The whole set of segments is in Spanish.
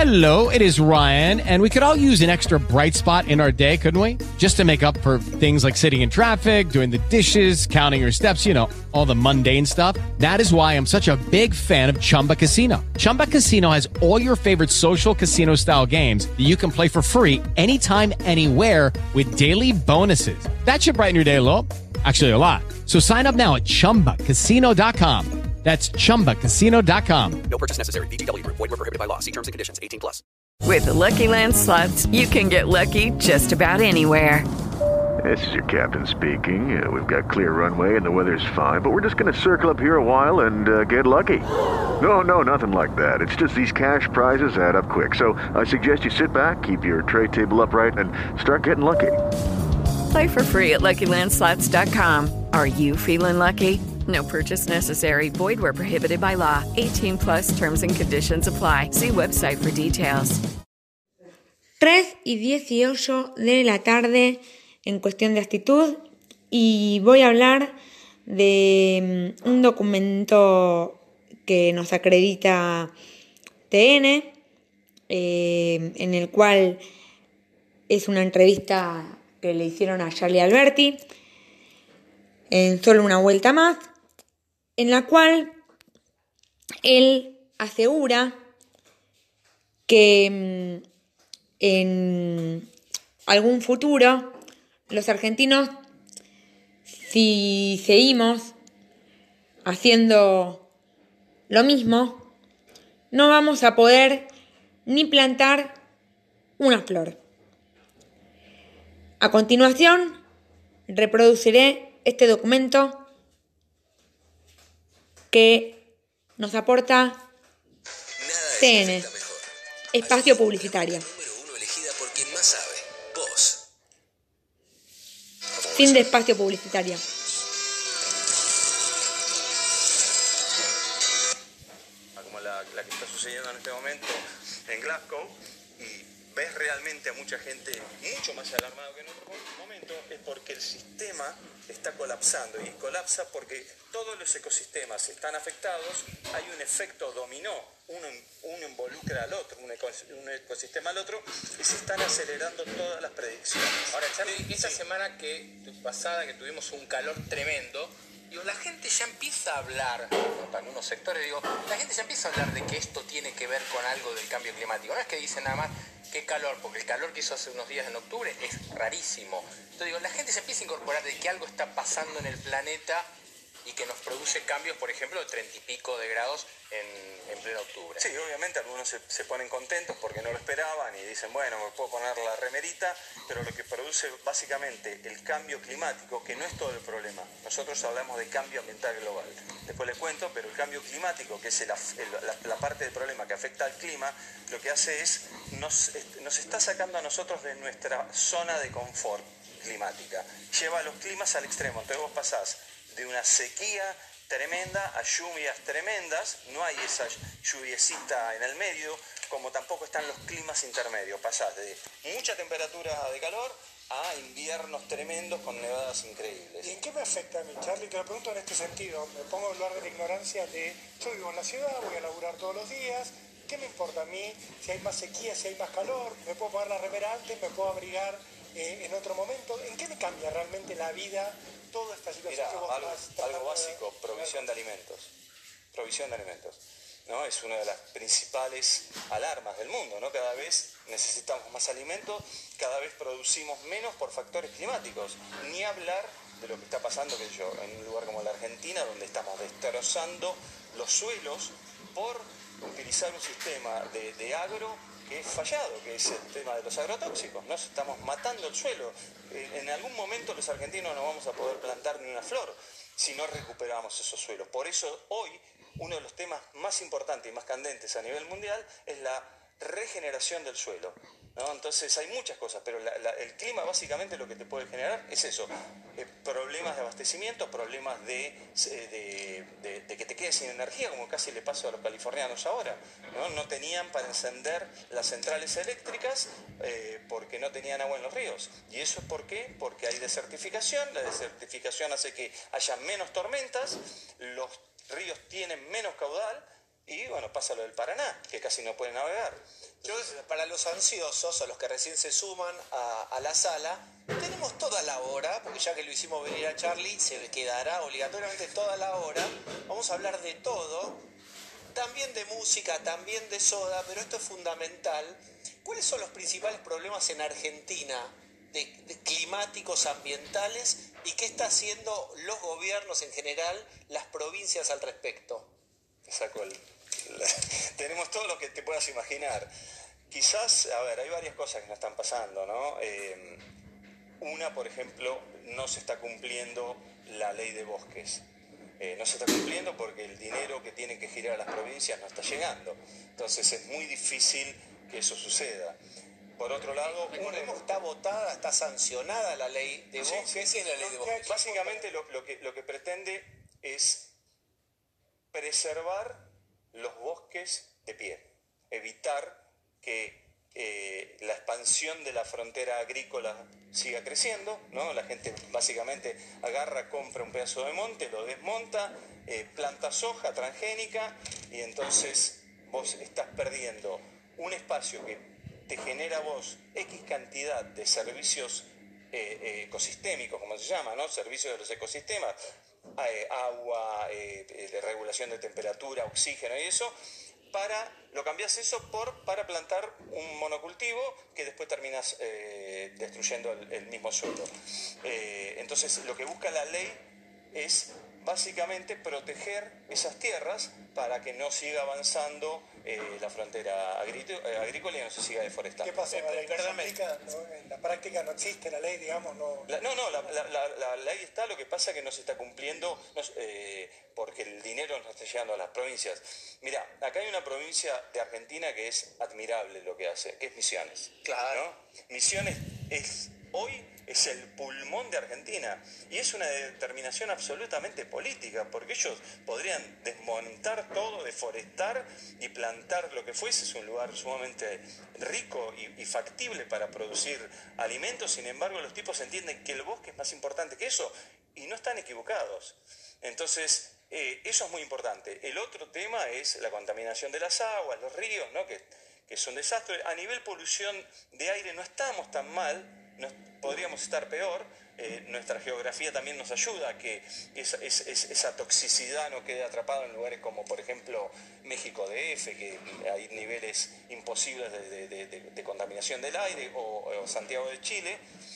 Hello, it is Ryan, and we could all use an extra bright spot in our day, couldn't we? Just to make up for things like sitting in traffic, doing the dishes, counting your steps, you know, all the mundane stuff. That is why I'm such a big fan of Chumba Casino. Chumba Casino has all your favorite social casino-style games that you can play for free anytime, anywhere with daily bonuses. That should brighten your day a little. Actually, a lot. So sign up now at ChumbaCasino.com. That's ChumbaCasino.com. No purchase necessary. VGW Group. Void where prohibited by law. See terms and conditions. 18+. With the Lucky Land Slots, you can get lucky just about anywhere. This is your captain speaking. We've got clear runway and the weather's fine, but we're just going to circle up here a while and get lucky. No, nothing like that. It's just these cash prizes add up quick. So I suggest you sit back, keep your tray table upright, and start getting lucky. Play for free at LuckyLandSlots.com. Are you feeling lucky? No purchase necessary. Void where prohibited by law. 18+ terms and conditions apply. See website for details. 3:18 de la tarde en cuestión de actitud, y voy a hablar de un documento que nos acredita TN, en el cual es una entrevista que le hicieron a Charlie Alberti en Solo una vuelta más, en la cual él asegura que en algún futuro los argentinos, si seguimos haciendo lo mismo, no vamos a poder ni plantar una flor. A continuación, reproduciré este documento que nos aporta TN, espacio publicitario. Número 1 elegida por quien más sabe, vos. Fin de espacio publicitario. Como la que está sucediendo en este momento en Glasgow, y ves realmente a mucha gente mucho más alarmado que en otro momento, es porque el sistema está colapsando, y colapsa porque todos los ecosistemas están afectados. Hay un efecto dominó, uno involucra al otro, un ecosistema al otro, y se están acelerando todas las predicciones. Ahora, Charlie, esta semana pasada que tuvimos un calor tremendo, digo, la gente ya empieza a hablar, en algunos sectores, la gente ya empieza a hablar de que esto tiene que ver con algo del cambio climático. No es que dicen nada más qué calor, porque el calor que hizo hace unos días en octubre es rarísimo. Entonces la gente se empieza a incorporar de que algo está pasando en el planeta y que nos produce cambios, por ejemplo, de 30 y pico de grados en pleno octubre. Sí, obviamente algunos se ponen contentos porque no lo esperaban y dicen, bueno, me puedo poner la remerita, pero lo que produce básicamente el cambio climático, que no es todo el problema. Nosotros hablamos de cambio ambiental global. Después les cuento, pero el cambio climático, que es la parte del problema que afecta al clima, lo que hace es, nos está sacando a nosotros de nuestra zona de confort climática. Lleva los climas al extremo. Entonces vos pasás de una sequía tremenda a lluvias tremendas, no hay esa lluviecita en el medio, como tampoco están los climas intermedios. Pasás de mucha temperatura de calor a inviernos tremendos con nevadas increíbles. ¿Y en qué me afecta a mí, Charlie? Te lo pregunto en este sentido. Me pongo a hablar de la ignorancia de, yo vivo en la ciudad, voy a laburar todos los días, ¿qué me importa a mí si hay más sequía, si hay más calor? ¿Me puedo poner la remera antes, me puedo abrigar en otro momento? ¿En qué me cambia realmente la vida toda esta situación? Mirá, algo básico, provisión de alimentos. Provisión de alimentos, ¿no? Es una de las principales alarmas del mundo, ¿no? Cada vez necesitamos más alimentos, cada vez producimos menos por factores climáticos. Ni hablar de lo que está pasando, que yo, en un lugar como la Argentina, donde estamos destrozando los suelos por utilizar un sistema de agro que es fallado, que es el tema de los agrotóxicos. Nos estamos matando el suelo. En algún momento los argentinos no vamos a poder plantar ni una flor si no recuperamos esos suelos. Por eso hoy uno de los temas más importantes y más candentes a nivel mundial es la regeneración del suelo, ¿no? Entonces hay muchas cosas, pero el clima básicamente lo que te puede generar es eso, problemas de abastecimiento, problemas de que te quedes sin energía, como casi le pasó a los californianos ahora, ¿no? No tenían para encender las centrales eléctricas porque no tenían agua en los ríos. ¿Y eso es por qué? Porque hay desertificación, la desertificación hace que haya menos tormentas, los ríos tienen menos caudal, Y bueno, pasa lo del Paraná, que casi no puede navegar. Yo, para los ansiosos, a los que recién se suman a la sala, tenemos toda la hora, porque ya que lo hicimos venir a Charlie, se quedará obligatoriamente toda la hora. Vamos a hablar de todo, también de música, también de soda, pero esto es fundamental. ¿Cuáles son los principales problemas en Argentina de climáticos, ambientales, y qué está haciendo los gobiernos en general, las provincias al respecto? Te saco tenemos todo lo que te puedas imaginar. Quizás, a ver, hay varias cosas que nos están pasando, ¿no? Una, por ejemplo, no se está cumpliendo la ley de bosques. No se está cumpliendo porque el dinero que tienen que girar a las provincias no está llegando. Entonces es muy difícil que eso suceda. Por otro lado, recordemos que está votada, está sancionada la ley de bosques. Sí, ¿Qué es la ley de bosques? Básicamente lo que pretende es preservar los bosques de pie, evitar que la expansión de la frontera agrícola siga creciendo, ¿no? La gente básicamente agarra, compra un pedazo de monte, lo desmonta, planta soja transgénica y entonces vos estás perdiendo un espacio que te genera a vos X cantidad de servicios ecosistémicos, como se llama, ¿no? Servicios de los ecosistemas, agua, regulación de temperatura, oxígeno y eso, lo cambiás eso para plantar un monocultivo que después terminas destruyendo el mismo suelo. Entonces lo que busca la ley es básicamente proteger esas tierras para que no siga avanzando la frontera agrícola y no se siga deforestando. ¿Qué pasa? La ley no se aplica, ¿no? En la práctica no existe la ley, digamos, no. La ley está, lo que pasa es que no se está cumpliendo porque el dinero no está llegando a las provincias. Mirá, acá hay una provincia de Argentina que es admirable lo que hace, que es Misiones. Claro. ¿No? Misiones hoy es el pulmón de Argentina y es una determinación absolutamente política, porque ellos podrían desmontar todo, deforestar y plantar lo que fuese. Es un lugar sumamente rico y factible para producir alimentos. Sin embargo, los tipos entienden que el bosque es más importante que eso y no están equivocados. Entonces, eso es muy importante. El otro tema es la contaminación de las aguas, los ríos, ¿no? que es un desastre. A nivel polución de aire no estamos tan mal, podríamos estar peor. Nuestra geografía también nos ayuda a que esa toxicidad no quede atrapada en lugares como, por ejemplo, México DF, que hay niveles imposibles de contaminación del aire, o Santiago de Chile,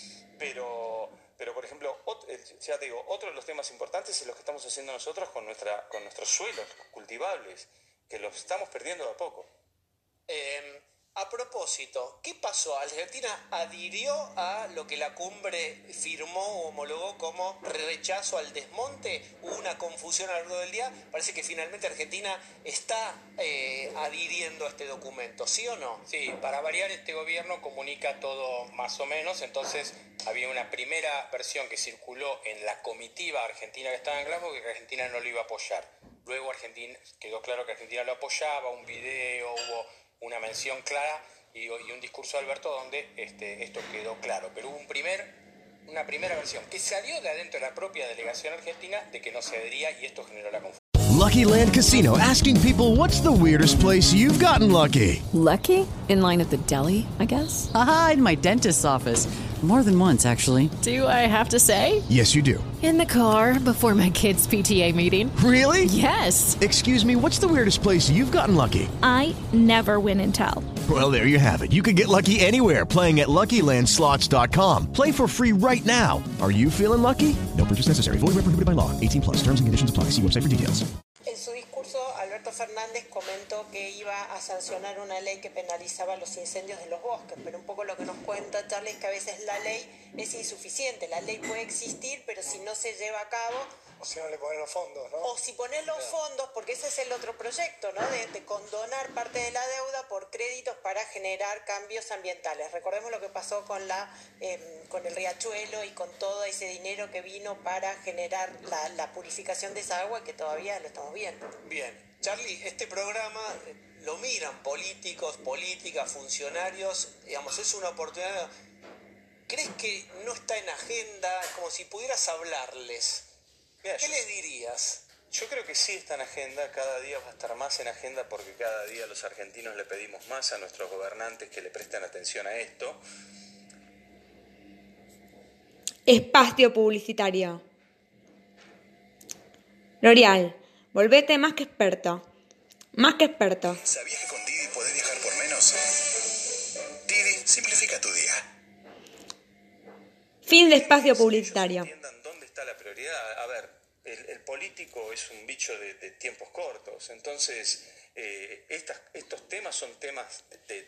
pero por ejemplo, ya te digo, otro de los temas importantes es lo que estamos haciendo nosotros con nuestros suelos cultivables, que los estamos perdiendo de a poco. A propósito, ¿qué pasó? ¿Argentina adhirió a lo que la cumbre firmó o homologó como rechazo al desmonte? ¿Hubo una confusión a lo largo del día? Parece que finalmente Argentina está adhiriendo a este documento, ¿sí o no? Sí, para variar, este gobierno comunica todo más o menos. Entonces había una primera versión que circuló en la comitiva argentina que estaba en Glasgow, que Argentina no lo iba a apoyar. Luego quedó claro que Argentina lo apoyaba, un video, hubo una mención clara y un discurso de Alberto donde esto quedó claro. Pero hubo una primera versión que salió de adentro de la propia delegación argentina de que no se adhería, y esto generó la confusión. Lucky Land Casino, asking people, what's the weirdest place you've gotten lucky? Lucky? In line at the deli, I guess? Aha, in my dentist's office. More than once, actually. Do I have to say? Yes, you do. In the car before my kids' PTA meeting. Really? Yes. Excuse me, what's the weirdest place you've gotten lucky? I never win and tell. Well, there you have it. You can get lucky anywhere, playing at LuckyLandSlots.com. Play for free right now. Are you feeling lucky? No purchase necessary. Void where prohibited by law. 18+. Terms and conditions apply. See website for details. En su discurso, Alberto Fernández comentó que iba a sancionar una ley que penalizaba los incendios de los bosques, pero un poco lo que nos cuenta Charlie es que a veces la ley es insuficiente. La ley puede existir, pero si no se lleva a cabo... O si no le ponen los fondos, ¿no? O si ponen los fondos, porque ese es el otro proyecto, ¿no? De condonar parte de la deuda por créditos para generar cambios ambientales. Recordemos lo que pasó con el riachuelo y con todo ese dinero que vino para generar la purificación de esa agua que todavía lo estamos viendo. Bien. Charlie, este programa lo miran políticos, políticas, funcionarios, digamos, es una oportunidad. ¿Crees que no está en agenda? Como si pudieras hablarles. ¿Qué les dirías? Yo creo que sí está en agenda, cada día va a estar más en agenda porque cada día los argentinos le pedimos más a nuestros gobernantes que le presten atención a esto. Espacio publicitario. L'Oreal, volvete más que experto. Más que experto. ¿Sabías que con Didi podés viajar por menos? Didi simplifica tu día. Fin de espacio publicitario. Entiendan dónde está la prioridad. A ver, el político es un bicho de tiempos cortos, entonces estos temas son temas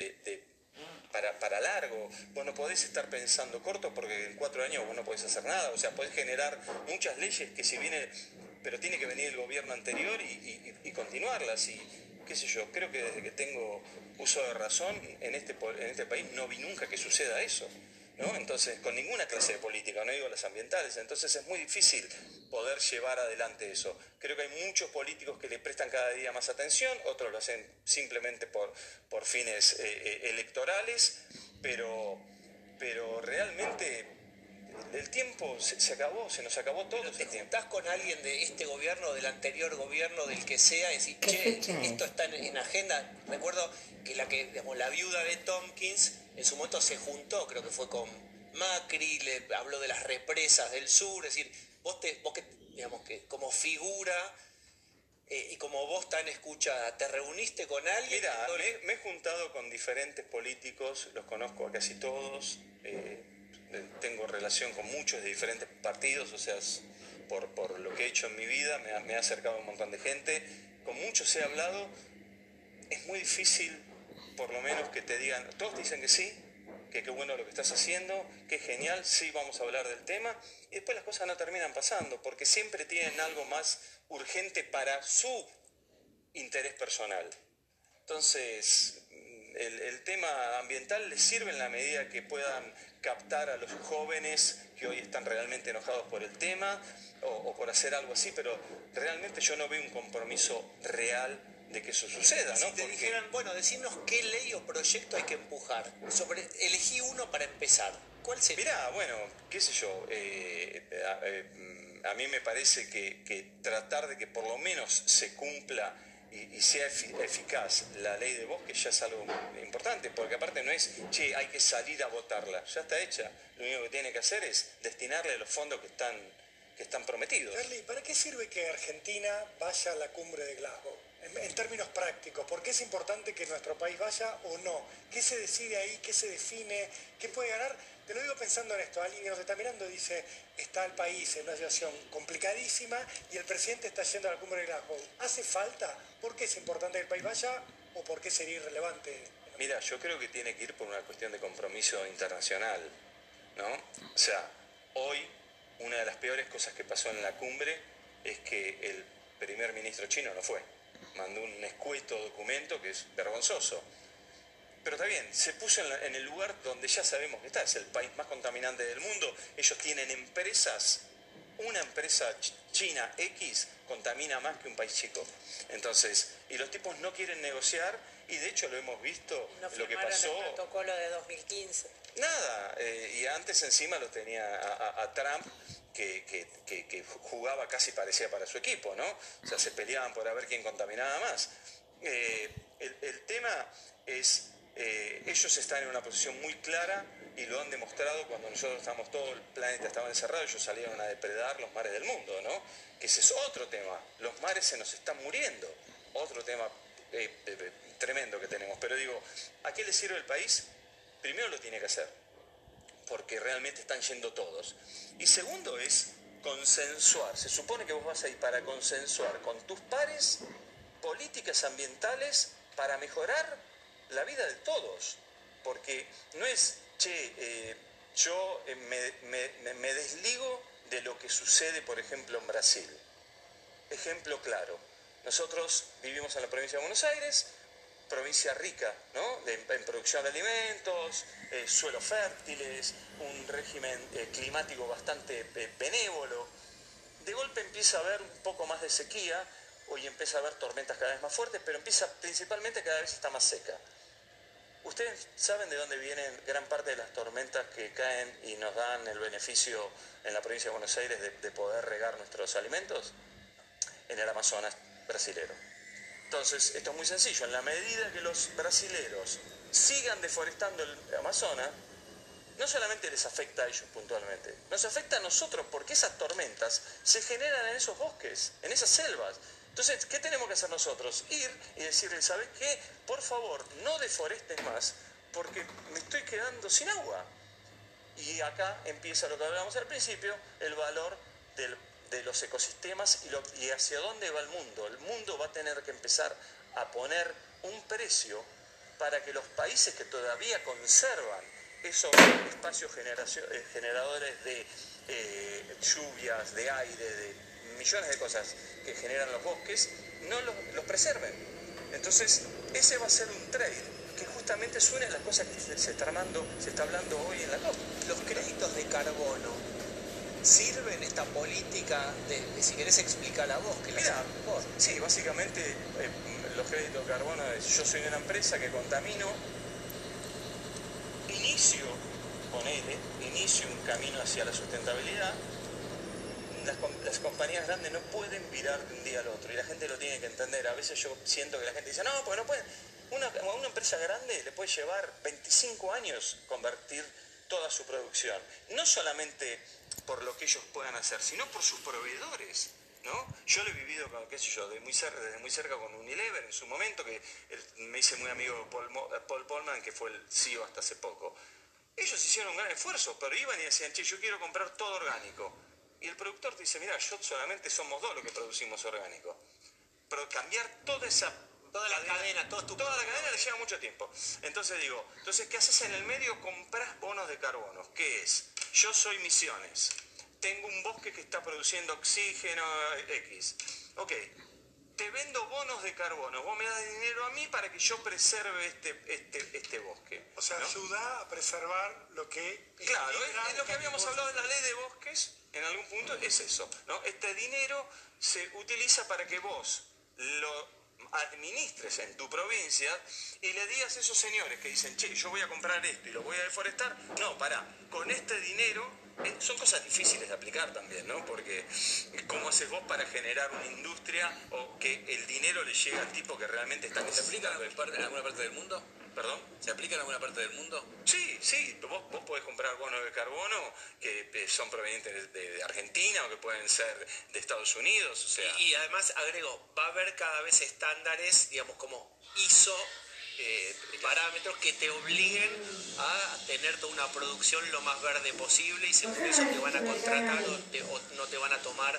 para largo. Vos no podés estar pensando corto porque en 4 años vos no podés hacer nada. O sea, podés generar muchas leyes que si viene, pero tiene que venir el gobierno anterior y continuarlas. Y qué sé yo, creo que desde que tengo uso de razón en este país no vi nunca que suceda eso, ¿no? Entonces, con ninguna clase de política, no digo las ambientales, entonces es muy difícil poder llevar adelante eso. Creo que hay muchos políticos que le prestan cada día más atención, otros lo hacen simplemente por fines electorales, pero realmente el tiempo se acabó, se nos acabó todo. ¿Te juntás con alguien de este gobierno, del anterior gobierno, del que sea, y decís, che, esto está en agenda? Recuerdo que la viuda de Tompkins en su momento se juntó, creo que fue con Macri, le habló de las represas del sur, es decir, vos que digamos que como figura y como vos tan escuchada, ¿te reuniste con alguien? Mira, me he juntado con diferentes políticos, los conozco a casi todos, tengo relación con muchos de diferentes partidos, o sea, por lo que he hecho en mi vida, me ha acercado un montón de gente, con muchos he hablado, es muy difícil, por lo menos que te digan, todos te dicen que sí, que qué bueno lo que estás haciendo, que genial, sí, vamos a hablar del tema, y después las cosas no terminan pasando, porque siempre tienen algo más urgente para su interés personal. Entonces, el tema ambiental les sirve en la medida que puedan captar a los jóvenes que hoy están realmente enojados por el tema o por hacer algo así, pero realmente yo no veo un compromiso real de que eso suceda, ¿no? Si te dijeran, bueno, decirnos qué ley o proyecto hay que empujar, elegí uno para empezar, ¿cuál sería? Mirá, bueno, qué sé yo, a mí me parece que tratar de que por lo menos se cumpla y sea eficaz la ley de bosques ya es algo importante, porque aparte no es, che, hay que salir a votarla, ya está hecha, lo único que tiene que hacer es destinarle los fondos que están prometidos. Charlie, ¿para qué sirve que Argentina vaya a la cumbre de Glasgow? En términos prácticos, ¿por qué es importante que nuestro país vaya o no? ¿Qué se decide ahí? ¿Qué se define? ¿Qué puede ganar? Te lo digo pensando en esto, alguien que nos está mirando dice, está el país en una situación complicadísima y el presidente está yendo a la cumbre de Glasgow. ¿Hace falta? ¿Por qué es importante que el país vaya o por qué sería irrelevante? Mira, yo creo que tiene que ir por una cuestión de compromiso internacional, ¿no? O sea, hoy una de las peores cosas que pasó en la cumbre es que el primer ministro chino no fue. Mandó un escueto documento que es vergonzoso. Pero está bien, se puso en el lugar donde ya sabemos que está, es el país más contaminante del mundo. Ellos tienen empresas, una empresa china X contamina más que un país chico. Entonces, y los tipos no quieren negociar, y de hecho lo hemos visto, lo que pasó. El protocolo de 2015. Nada, y antes encima lo tenía a Trump, que jugaba casi parecía para su equipo, ¿no? O sea, se peleaban por a ver quién contaminaba más. El tema es, ellos están en una posición muy clara y lo han demostrado cuando nosotros estamos, todo el planeta estaba encerrado, ellos salieron a depredar los mares del mundo, ¿no? Que ese es otro tema, los mares se nos están muriendo, otro tema tremendo que tenemos. Pero digo, ¿a qué le sirve el país? Primero lo tiene que hacer, porque realmente están yendo todos. Y segundo es consensuar. Se supone que vos vas a ir para consensuar con tus pares políticas ambientales para mejorar la vida de todos. Porque no es, che, yo me desligo de lo que sucede, por ejemplo, en Brasil. Ejemplo claro. Nosotros vivimos en la provincia de Buenos Aires, provincia rica, ¿no? En producción de alimentos, suelos fértiles, un régimen climático bastante benévolo. De golpe empieza a haber un poco más de sequía, hoy empieza a haber tormentas cada vez más fuertes, pero empieza principalmente cada vez está más seca. ¿Ustedes saben de dónde vienen gran parte de las tormentas que caen y nos dan el beneficio en la provincia de Buenos Aires de poder regar nuestros alimentos? en el Amazonas brasilero. Entonces, esto es muy sencillo. En la medida que los brasileros sigan deforestando el Amazonas, no solamente les afecta a ellos puntualmente, nos afecta a nosotros porque esas tormentas se generan en esos bosques, en esas selvas. Entonces, ¿qué tenemos que hacer nosotros? Ir y decirles, ¿sabes qué? Por favor, no deforesten más porque me estoy quedando sin agua. Y acá empieza lo que hablábamos al principio, el valor de los ecosistemas y hacia dónde va el mundo. El mundo va a tener que empezar a poner un precio para que los países que todavía conservan esos espacios generadores de lluvias, de aire, de millones de cosas que generan los bosques, no los preserven. Entonces, ese va a ser un trade que justamente suena a las cosas que se está hablando hoy en la COP. Los créditos de carbono sirven esta política de si querés explicarla vos, que la Mira, vos. Sí, básicamente los créditos de carbono es, yo soy una empresa que contamino, inicio un camino hacia la sustentabilidad. Las compañías grandes no pueden virar de un día al otro y la gente lo tiene que entender. A veces yo siento que la gente dice, no, porque no pueden. A una empresa grande le puede llevar 25 años convertir toda su producción. No solamente por lo que ellos puedan hacer, sino por sus proveedores, ¿no? Yo lo he vivido, desde muy cerca con Unilever en su momento, que me hice muy amigo de Paul Polman, que fue el CEO hasta hace poco. Ellos hicieron un gran esfuerzo, pero iban y decían, che, yo quiero comprar todo orgánico. Y el productor te dice, mira, yo solamente somos 2 los que producimos orgánico. Pero cambiar toda la cadena le lleva mucho tiempo. Entonces ¿qué haces en el medio? Comprás bonos de carbono. ¿Qué es? Yo soy Misiones. Tengo un bosque que está produciendo oxígeno X. Ok, te vendo bonos de carbono. Vos me das dinero a mí para que yo preserve este bosque. O sea, ¿no? Ayuda a preservar lo que... Claro, es lo que habíamos hablado en la ley de bosques, en algún punto, es eso, ¿no? Este dinero se utiliza para que vos lo administres en tu provincia y le digas a esos señores que dicen, che, yo voy a comprar esto y lo voy a deforestar. No, pará, con este dinero... son cosas difíciles de aplicar también, ¿no? Porque ¿cómo haces vos para generar una industria o que el dinero le llegue al tipo que realmente está necesitando? ¿Se aplica en alguna parte del mundo? ¿Perdón? ¿Se aplica en alguna parte del mundo? Sí. Vos podés comprar bonos de carbono que son provenientes de Argentina o que pueden ser de Estados Unidos, o sea... Y además, agrego, va a haber cada vez estándares, digamos, como ISO... parámetros que te obliguen a tener toda una producción lo más verde posible y según eso te van a contratar o no te van a tomar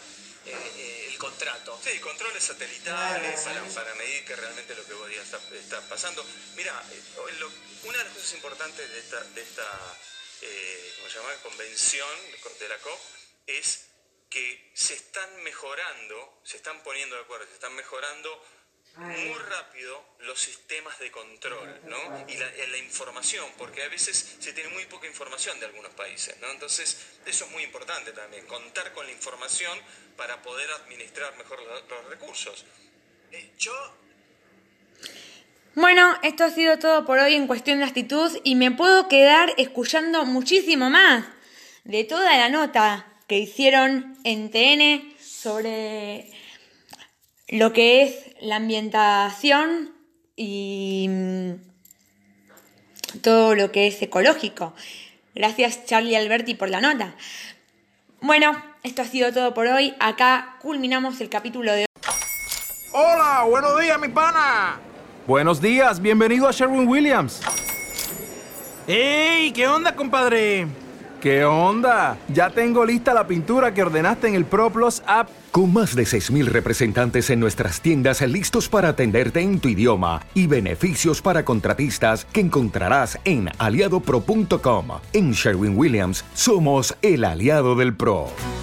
el contrato. Sí, controles satelitales para medir que realmente lo que vos digas está pasando. Mira, una de las cosas importantes de esta ¿cómo se llama? Convención de la COP es que se están poniendo de acuerdo, se están mejorando muy rápido los sistemas de control, ¿no? Y la información, porque a veces se tiene muy poca información de algunos países, ¿no? Entonces, eso es muy importante también, contar con la información para poder administrar mejor los recursos. Bueno, esto ha sido todo por hoy en cuestión de actitud y me puedo quedar escuchando muchísimo más de toda la nota que hicieron en TN sobre lo que es la ambientación y todo lo que es ecológico. Gracias Charlie Alberti por la nota. Bueno, esto ha sido todo por hoy. Acá culminamos el capítulo de hoy. Hola, buenos días, mi pana. Buenos días, bienvenido a Sherwin-Williams. ¡Ey! ¿Qué onda, compadre? ¿Qué onda? Ya tengo lista la pintura que ordenaste en el ProPlus app. Con más de 6,000 representantes en nuestras tiendas listos para atenderte en tu idioma y beneficios para contratistas que encontrarás en aliadopro.com. En Sherwin-Williams somos el aliado del pro.